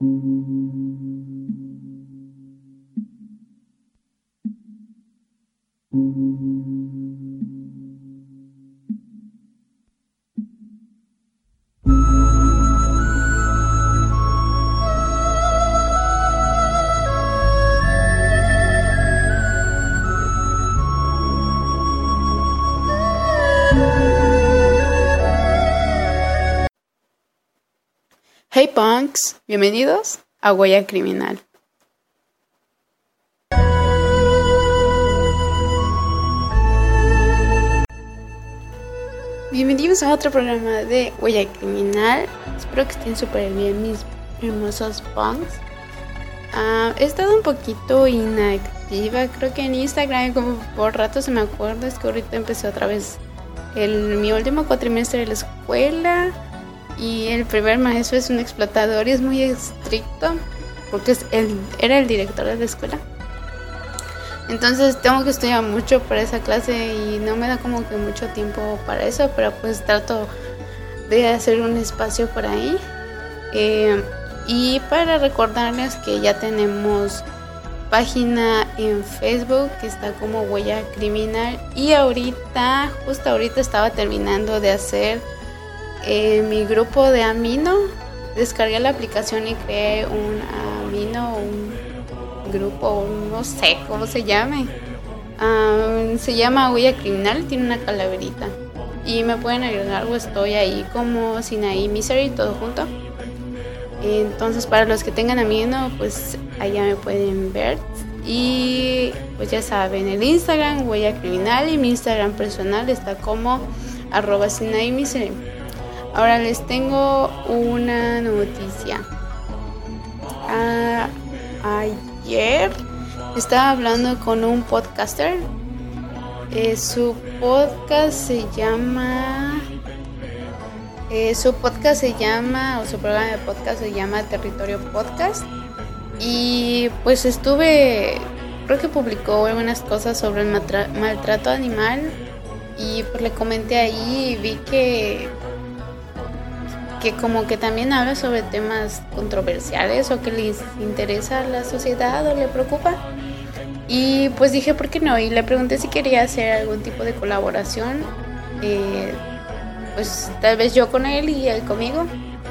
Hey punks, bienvenidos a Huella Criminal. Bienvenidos a otro programa de Huella Criminal. Espero que estén súper bien mis hermosos punks. He estado un poquito inactiva, creo que en Instagram, como por rato se me acuerda, es que ahorita empecé otra vez mi último cuatrimestre de la escuela. Y el primer maestro es un explotador y es muy estricto porque era el director de la escuela. Entonces tengo que estudiar mucho para esa clase y no me da como que mucho tiempo para eso, pero pues trato de hacer un espacio por ahí. Y para recordarles que ya tenemos página en Facebook que está como Huella Criminal, y justo ahorita estaba terminando de hacer mi grupo de Amino. Descargué la aplicación y creé un Amino, un grupo, no sé cómo se llame. Se llama Huella Criminal, tiene una calaverita y me pueden agregar, o estoy ahí como Sinaí Misery, todo junto. Entonces para los que tengan Amino, pues allá me pueden ver. Y pues ya saben, el Instagram Huella Criminal y mi Instagram personal está como @Sinaí Misery. Ahora les tengo una noticia. Ayer estaba hablando con un podcaster. Su podcast se llama, o su programa de podcast se llama Territorio Podcast. Y pues creo que publicó algunas cosas sobre el maltrato animal. Y pues le comenté ahí y vi que como que también habla sobre temas controversiales o que les interesa a la sociedad o le preocupa. Y pues dije, ¿por qué no? Y le pregunté si quería hacer algún tipo de colaboración, pues tal vez yo con él y él conmigo.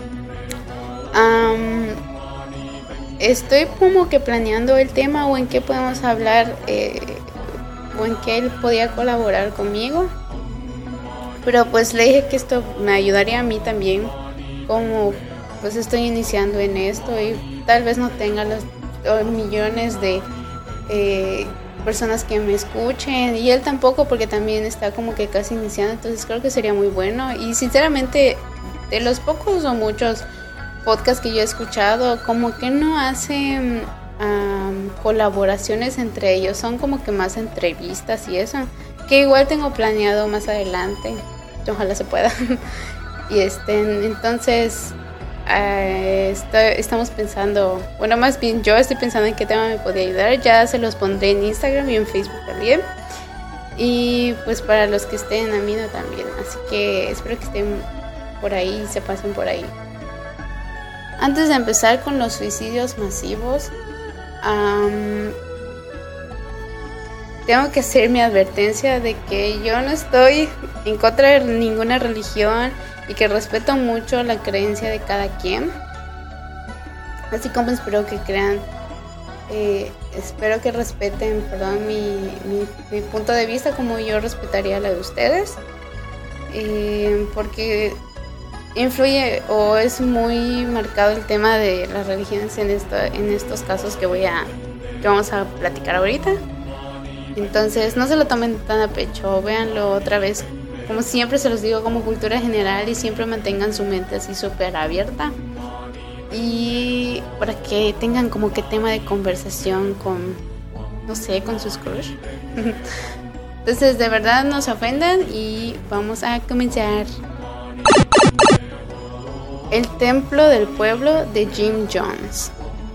Estoy como que planeando el tema o en qué podemos hablar, o en qué él podía colaborar conmigo. Pero pues le dije que esto me ayudaría a mí también, como pues estoy iniciando en esto y tal vez no tenga los millones de personas que me escuchen, y él tampoco, porque también está como que casi iniciando. Entonces creo que sería muy bueno. Y sinceramente, de los pocos o muchos podcasts que yo he escuchado, como que no hacen colaboraciones entre ellos, son como que más entrevistas y eso, que igual tengo planeado más adelante, ojalá se pueda. Y entonces estamos pensando, bueno, más bien yo estoy pensando en qué tema me podría ayudar. Ya se los pondré en Instagram y en Facebook también. Y pues para los que estén en Amino también. Así que espero que estén por ahí, se pasen por ahí. Antes de empezar con los suicidios masivos, tengo que hacer mi advertencia de que yo no estoy en contra de ninguna religión y que respeto mucho la creencia de cada quien, así como espero que respeten, mi punto de vista, como yo respetaría la de ustedes, porque influye o es muy marcado el tema de las religiones en estos casos que vamos a platicar ahorita. Entonces no se lo tomen tan a pecho, véanlo otra vez, como siempre se los digo, como cultura general, y siempre mantengan su mente así súper abierta, y para que tengan como que tema de conversación con sus crush. Entonces de verdad no se ofendan y vamos a comenzar. El templo del pueblo de Jim Jones.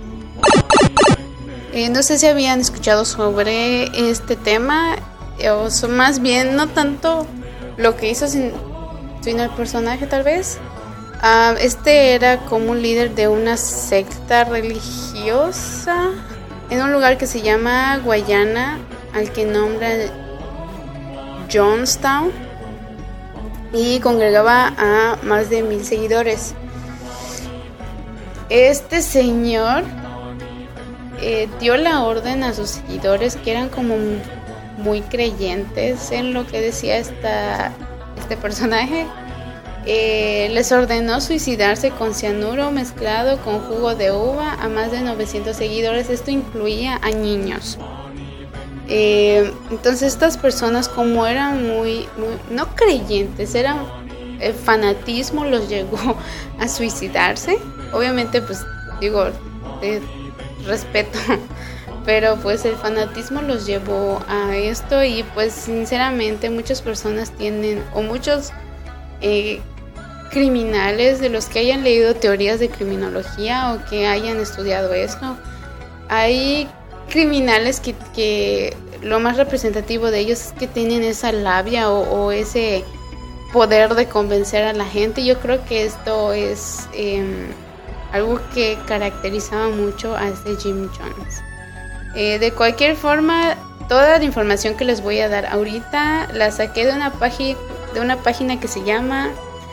No sé si habían escuchado sobre este tema, o más bien no tanto lo que hizo, sino el personaje tal vez. Este era como un líder de una secta religiosa en un lugar que se llama Guayana, al que nombra Johnstown, y congregaba a más de 1000 seguidores. Este señor dio la orden a sus seguidores, que eran como muy creyentes en lo que decía este personaje. Les ordenó suicidarse con cianuro mezclado con jugo de uva a más de 900 seguidores. Esto incluía a niños. Entonces estas personas, como eran muy no creyentes, el fanatismo los llegó a suicidarse. Obviamente, pues digo, respeto, pero pues el fanatismo los llevó a esto. Y pues sinceramente muchas personas tienen, o muchos criminales, de los que hayan leído teorías de criminología o que hayan estudiado esto, hay criminales que lo más representativo de ellos es que tienen esa labia o ese poder de convencer a la gente. Yo creo que esto es algo que caracterizaba mucho a este Jim Jones. De cualquier forma, toda la información que les voy a dar ahorita la saqué de una página que se llama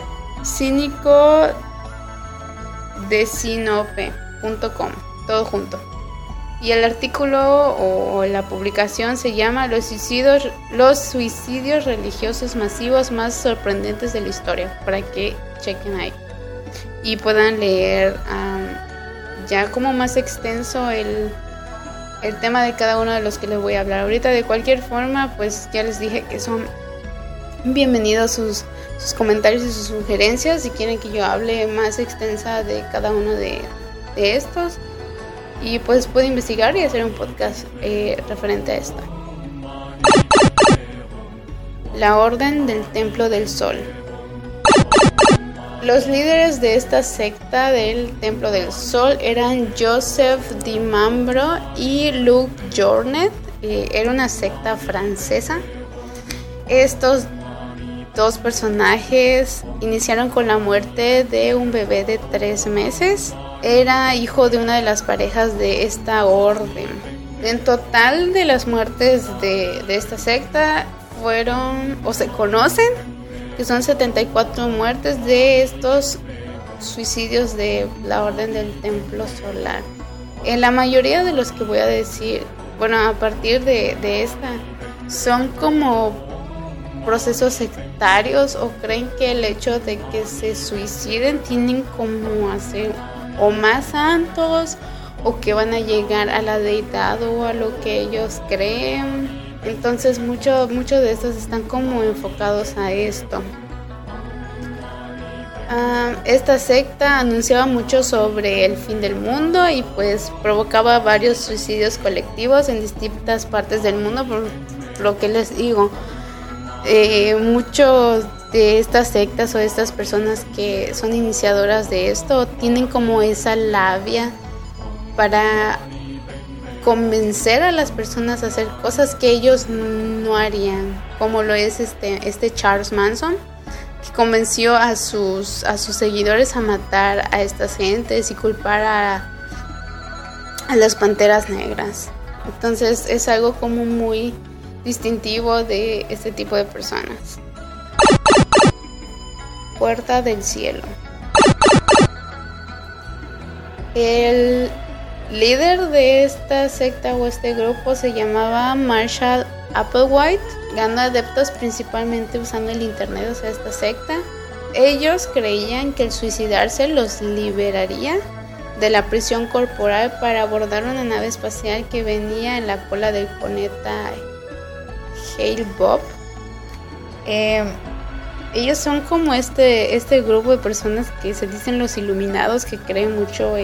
cínicodecinope.com, todo junto. Y el artículo o la publicación se llama Los suicidios religiosos masivos más sorprendentes de la historia, para que chequen ahí y puedan leer ya como más extenso el tema de cada uno de los que les voy a hablar ahorita. De cualquier forma, pues ya les dije que son bienvenidos sus comentarios y sus sugerencias si quieren que yo hable más extensa de cada uno de estos. Y pues puedo investigar y hacer un podcast referente a esto. La Orden del Templo del Sol. Los líderes de esta secta del Templo del Sol eran Joseph Di Mambro y Luc Journet. Era una secta francesa. Estos dos personajes iniciaron con la muerte de un bebé de 3 meses. Era hijo de una de las parejas de esta orden. En total, de las muertes de esta secta fueron, o se conocen, que son 74 muertes de estos suicidios de la Orden del Templo Solar. En la mayoría de los que voy a decir, bueno, a partir de esta, son como procesos sectarios, o creen que el hecho de que se suiciden tienen como hacer o más santos, o que van a llegar a la deidad o a lo que ellos creen. Entonces muchos de estos están como enfocados a esto. Esta secta anunciaba mucho sobre el fin del mundo y pues provocaba varios suicidios colectivos en distintas partes del mundo, por lo que les digo. Muchos de estas sectas o de estas personas que son iniciadoras de esto tienen como esa labia para convencer a las personas a hacer cosas que ellos no harían, como lo es este Charles Manson, que convenció a sus seguidores a matar a estas gentes y culpar a las panteras negras. Entonces es algo como muy distintivo de este tipo de personas. Puerta del Cielo. El líder de esta secta o este grupo se llamaba Marshall Applewhite. Ganó adeptos principalmente usando el internet, o sea, esta secta. Ellos creían que el suicidarse los liberaría de la prisión corporal para abordar una nave espacial que venía en la cola del planeta Hale-Bopp. Ellos son como este grupo de personas que se dicen los iluminados, que creen mucho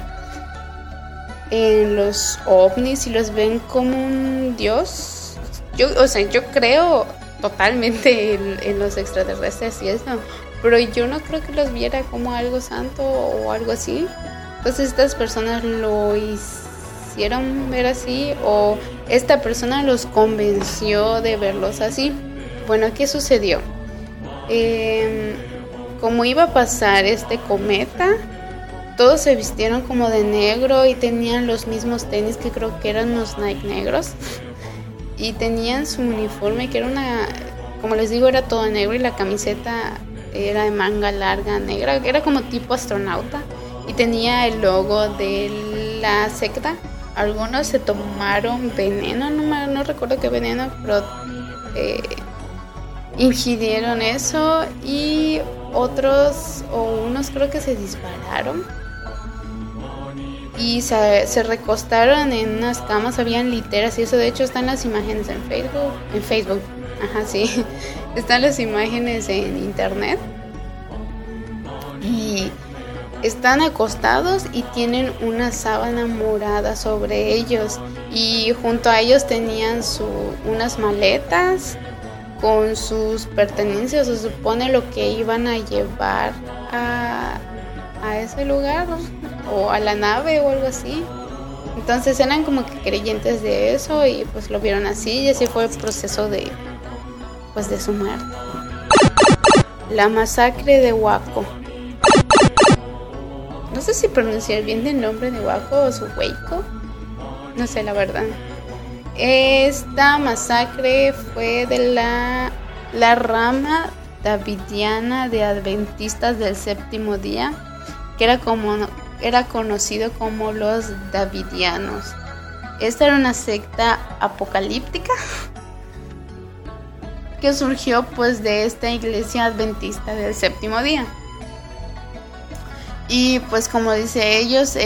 en los ovnis y los ven como un dios. Yo creo totalmente en los extraterrestres y eso, pero yo no creo que los viera como algo santo o algo así. Entonces estas personas lo hicieron ver así, o esta persona los convenció de verlos así. Bueno, ¿qué sucedió? como iba a pasar este cometa, todos se vistieron como de negro y tenían los mismos tenis que creo que eran los Nike negros. Y tenían su uniforme que era como les digo, era todo negro y la camiseta era de manga larga negra, era como tipo astronauta y tenía el logo de la secta. Algunos se tomaron veneno, no recuerdo qué veneno, pero ingirieron eso y unos creo que se dispararon y se recostaron en unas camas, habían literas y eso. De hecho están las imágenes en Facebook, ajá, sí, están las imágenes en internet y están acostados y tienen una sábana morada sobre ellos y junto a ellos tenían unas maletas con sus pertenencias, se supone lo que iban a llevar a ese lugar, ¿no? O a la nave o algo así. Entonces eran como que creyentes de eso y pues lo vieron así y así fue el proceso de su muerte. La masacre de Waco. No sé si pronunciar bien el nombre de Waco o su Waco. No sé la verdad. Esta masacre fue de la rama davidiana de Adventistas del Séptimo Día, que era conocido como los davidianos. Esta era una secta apocalíptica que surgió pues de esta iglesia adventista del Séptimo Día. Y pues como dice ellos,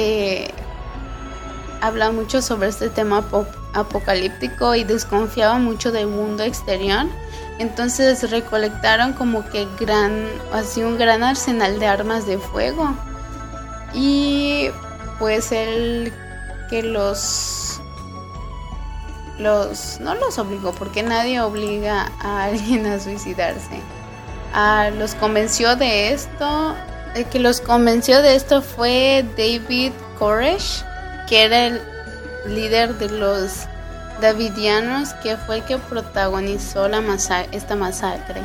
habla mucho sobre este tema apocalíptico y desconfiaba mucho del mundo exterior. Entonces recolectaron como que un gran arsenal de armas de fuego. Y pues él que no los obligó, porque nadie obliga a alguien a suicidarse. Los convenció de esto. El que los convenció de esto fue David Koresh, que era el líder de los davidianos, que fue el que protagonizó esta masacre.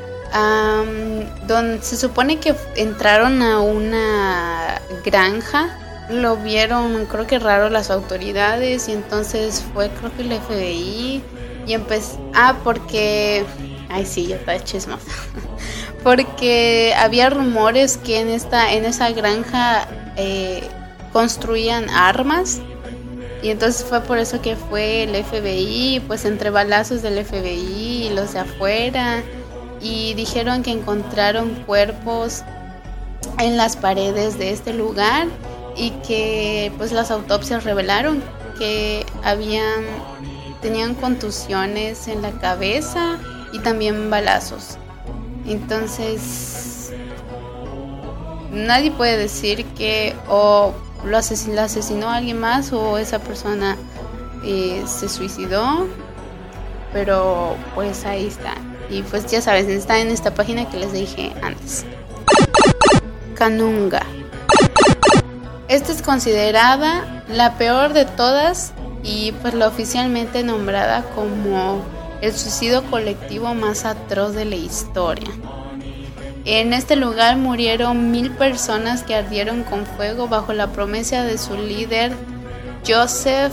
Donde se supone que entraron a una granja, lo vieron creo que raro las autoridades y entonces fue creo que el FBI y porque sí, yo estaba chismosa porque había rumores que en esa granja construían armas y entonces fue por eso que fue el FBI, pues entre balazos del FBI y los de afuera, y dijeron que encontraron cuerpos en las paredes de este lugar y que pues las autopsias revelaron que tenían contusiones en la cabeza y también balazos. Entonces nadie puede decir que la asesinó a alguien más o esa persona se suicidó, pero pues ahí está. Y pues ya sabes, está en esta página que les dije antes. Kanunga. Esta es considerada la peor de todas y pues la oficialmente nombrada como el suicidio colectivo más atroz de la historia. En este lugar murieron 1,000 personas que ardieron con fuego bajo la promesa de su líder Joseph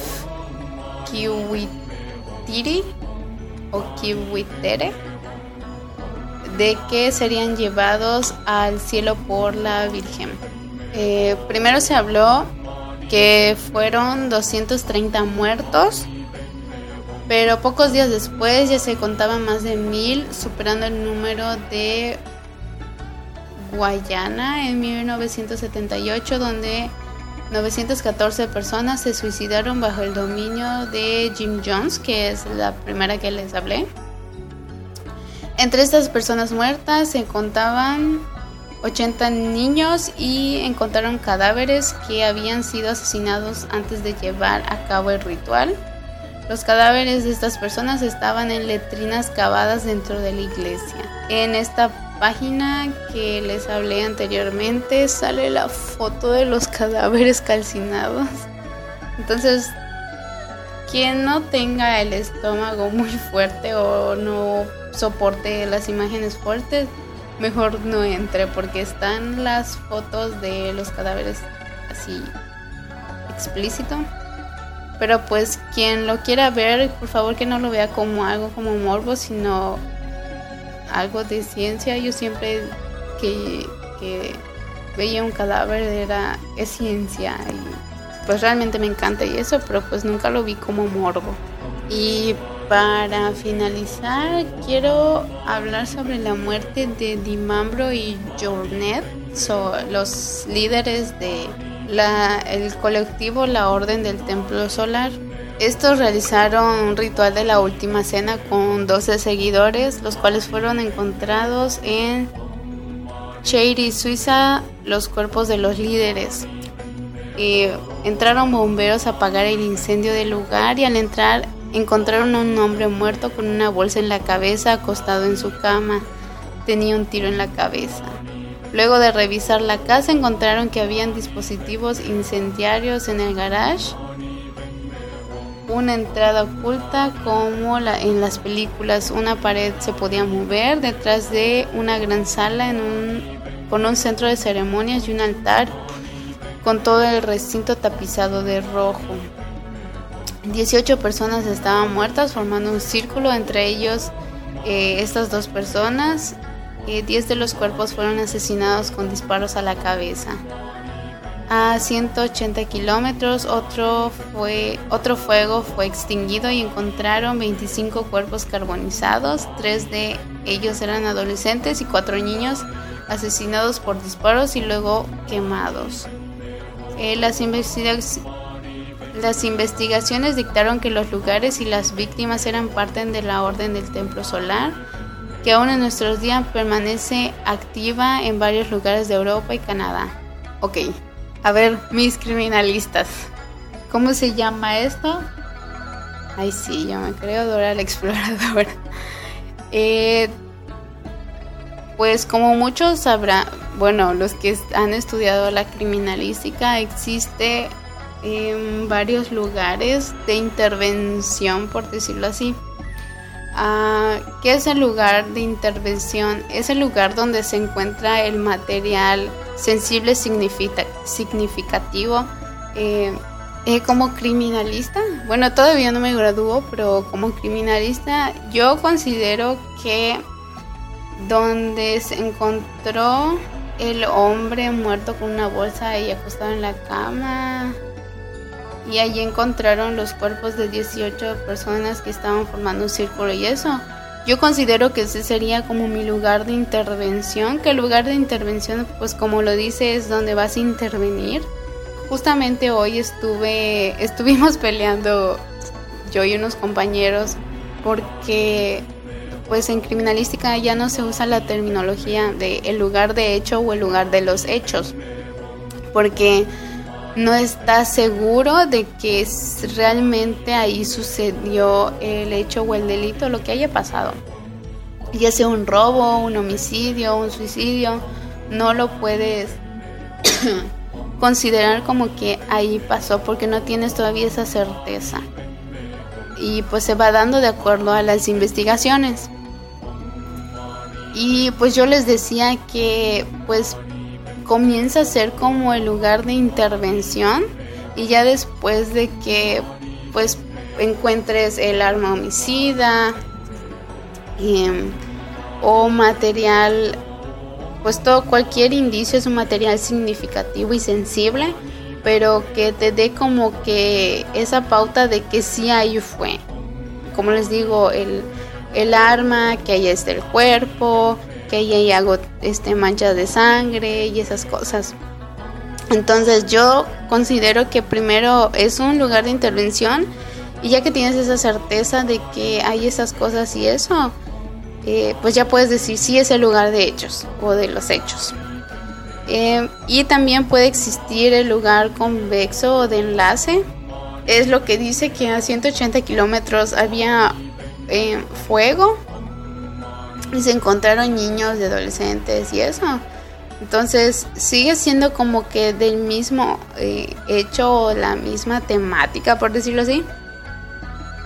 Kiwitiri o Kiwitere de que serían llevados al cielo por la Virgen. Primero se habló que fueron 230 muertos, pero pocos días después ya se contaban más de 1,000, superando el número de Guayana en 1978, donde 914 personas se suicidaron bajo el dominio de Jim Jones, que es la primera que les hablé. Entre estas personas muertas se contaban 80 niños y encontraron cadáveres que habían sido asesinados antes de llevar a cabo el ritual. Los cadáveres de estas personas estaban en letrinas cavadas dentro de la iglesia. En esta página que les hablé anteriormente sale la foto de los cadáveres calcinados. Entonces, quien no tenga el estómago muy fuerte o no soporte las imágenes fuertes, mejor no entre porque están las fotos de los cadáveres así explícito. Pero pues quien lo quiera ver, por favor que no lo vea como algo como morbo, sino algo de ciencia. Yo siempre que veía un cadáver es ciencia y pues realmente me encanta y eso, pero pues nunca lo vi como morbo. Y para finalizar quiero hablar sobre la muerte de Dimambro y Jornet, los líderes de el colectivo La Orden del Templo Solar. Estos realizaron un ritual de la última cena con 12 seguidores, los cuales fueron encontrados en Cheiri, Suiza, los cuerpos de los líderes. Entraron bomberos a apagar el incendio del lugar y al entrar encontraron a un hombre muerto con una bolsa en la cabeza acostado en su cama. Tenía un tiro en la cabeza. Luego de revisar la casa encontraron que habían dispositivos incendiarios en el garage, una entrada oculta como en las películas, una pared se podía mover detrás de una gran sala con un centro de ceremonias y un altar con todo el recinto tapizado de rojo. 18 personas estaban muertas formando un círculo, entre ellos estas 2 personas. 10 de los cuerpos fueron asesinados con disparos a la cabeza. A 180 kilómetros otro fuego fue extinguido y encontraron 25 cuerpos carbonizados. 3 de ellos eran adolescentes y 4 niños asesinados por disparos y luego quemados. Las investigaciones dictaron que los lugares y las víctimas eran parte de la Orden del Templo Solar, que aún en nuestros días permanece activa en varios lugares de Europa y Canadá. Ok, a ver, mis criminalistas, ¿cómo se llama esto? Ay sí, yo me creo Dora la Exploradora. Pues como muchos sabrán, bueno, los que han estudiado la criminalística, existe varios lugares de intervención, por decirlo así. ¿Qué es el lugar de intervención? Es el lugar donde se encuentra el material sensible significativo. Como criminalista, bueno, todavía no me gradúo, pero como criminalista yo considero que donde se encontró el hombre muerto con una bolsa y acostado en la cama, y allí encontraron los cuerpos de 18 personas que estaban formando un círculo y eso. Yo considero que ese sería como mi lugar de intervención, que el lugar de intervención, pues como lo dice, es donde vas a intervenir. Justamente hoy estuvimos peleando yo y unos compañeros porque pues en criminalística ya no se usa la terminología de el lugar de hecho o el lugar de los hechos, porque no está seguro de que realmente ahí sucedió el hecho o el delito, lo que haya pasado. Ya sea un robo, un homicidio, un suicidio, no lo puedes considerar como que ahí pasó porque no tienes todavía esa certeza. Y pues se va dando de acuerdo a las investigaciones. Y pues yo les decía que pues comienza a ser como el lugar de intervención, y ya después de que pues encuentres el arma homicida o material, pues cualquier indicio es un material significativo y sensible, pero que te dé como que esa pauta de que sí ahí fue, como les digo, el arma, que ahí está el cuerpo, que ahí hago manchas de sangre y esas cosas. Entonces yo considero que primero es un lugar de intervención, y ya que tienes esa certeza de que hay esas cosas y eso, pues ya puedes decir si es el lugar de hechos o de los hechos. Y también puede existir el lugar convexo o de enlace. Es lo que dice que a 180 kilómetros había fuego y se encontraron niños y adolescentes y eso. Entonces sigue siendo como que del mismo hecho o la misma temática, por decirlo así.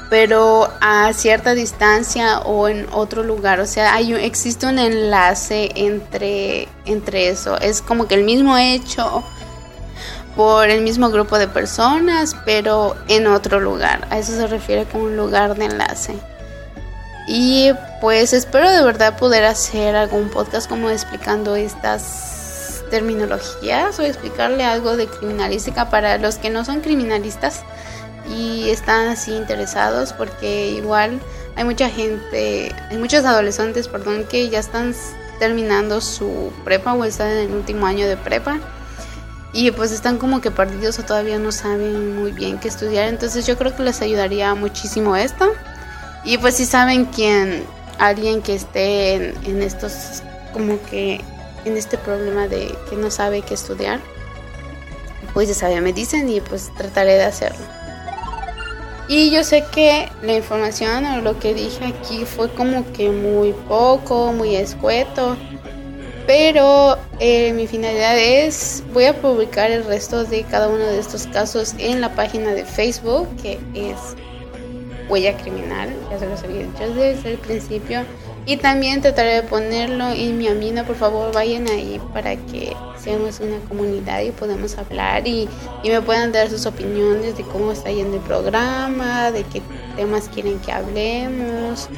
pero a cierta distancia o en otro lugar. O sea, existe un enlace entre eso. Es como que el mismo hecho por el mismo grupo de personas, pero en otro lugar. A eso se refiere como un lugar de enlace. Y pues espero de verdad poder hacer algún podcast como explicando estas terminologías o explicarle algo de criminalística para los que no son criminalistas y están así interesados, porque igual hay muchos adolescentes, que ya están terminando su prepa o están en el último año de prepa y pues están como que perdidos o todavía no saben muy bien qué estudiar. Entonces yo creo que les ayudaría muchísimo esto. Y pues si saben alguien que esté en estos, como que en este problema de que no sabe qué estudiar, pues ya saben, me dicen y pues trataré de hacerlo. Y yo sé que la información o lo que dije aquí fue como que muy poco, muy escueto, pero mi finalidad voy a publicar el resto de cada uno de estos casos en la página de Facebook, que es Huella Criminal, ya se los había dicho desde el principio, y también trataré de ponerlo en mi Amino. Por favor, vayan ahí para que seamos una comunidad y podamos hablar y me puedan dar sus opiniones de cómo está yendo el programa, de qué temas quieren que hablemos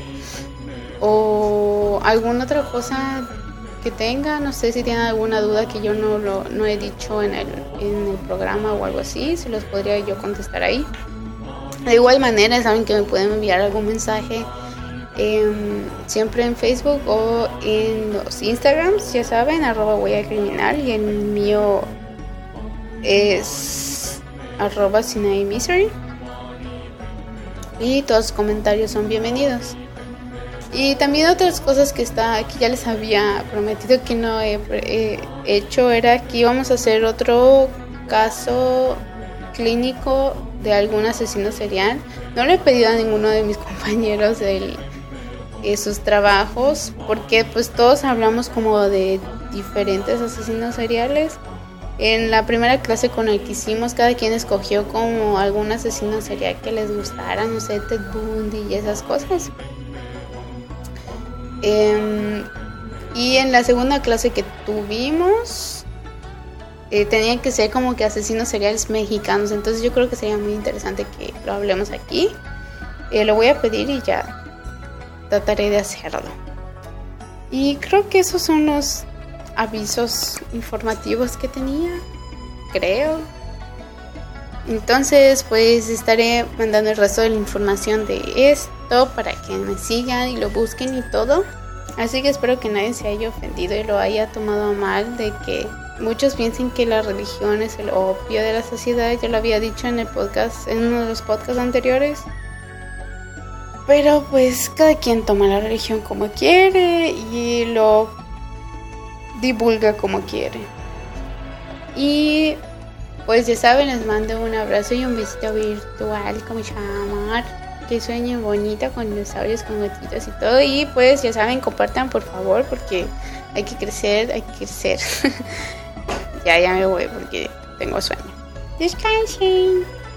o alguna otra cosa que tengan. No sé si tienen alguna duda que yo no he dicho en el programa o algo así, se los podría yo contestar ahí. De igual manera, saben que me pueden enviar algún mensaje siempre en Facebook o en los Instagrams, ya saben, @huellacriminal, y el mío es @sinaymisery, y todos los comentarios son bienvenidos. Y también otras cosas que ya les había prometido que no he hecho, era que íbamos a hacer otro caso clínico de algún asesino serial. No le he pedido a ninguno de mis compañeros sus trabajos, porque pues todos hablamos como de diferentes asesinos seriales. En la primera clase con el que hicimos, cada quien escogió como algún asesino serial que les gustara, no sé, Ted Bundy y esas cosas. Y en la segunda clase que tuvimos tenían que ser como que asesinos seriales mexicanos. Entonces yo creo que sería muy interesante que lo hablemos aquí. Lo voy a pedir y ya trataré de hacerlo. Y creo que esos son los avisos informativos que tenía, creo. Entonces pues estaré mandando el resto de la información de esto para que me sigan y lo busquen y todo. Así que espero que nadie se haya ofendido y lo haya tomado mal, de que muchos piensen que la religión es el opio de la sociedad. Ya lo había dicho en uno de los podcasts anteriores. Pero pues cada quien toma la religión como quiere y lo divulga como quiere. Y pues ya saben, les mando un abrazo y un besito virtual, como llamar. Que sueñen bonita con dinosaurios, con gatitos y todo. Y pues ya saben, compartan por favor, porque hay que crecer. Ya me voy porque tengo sueño. Descansen.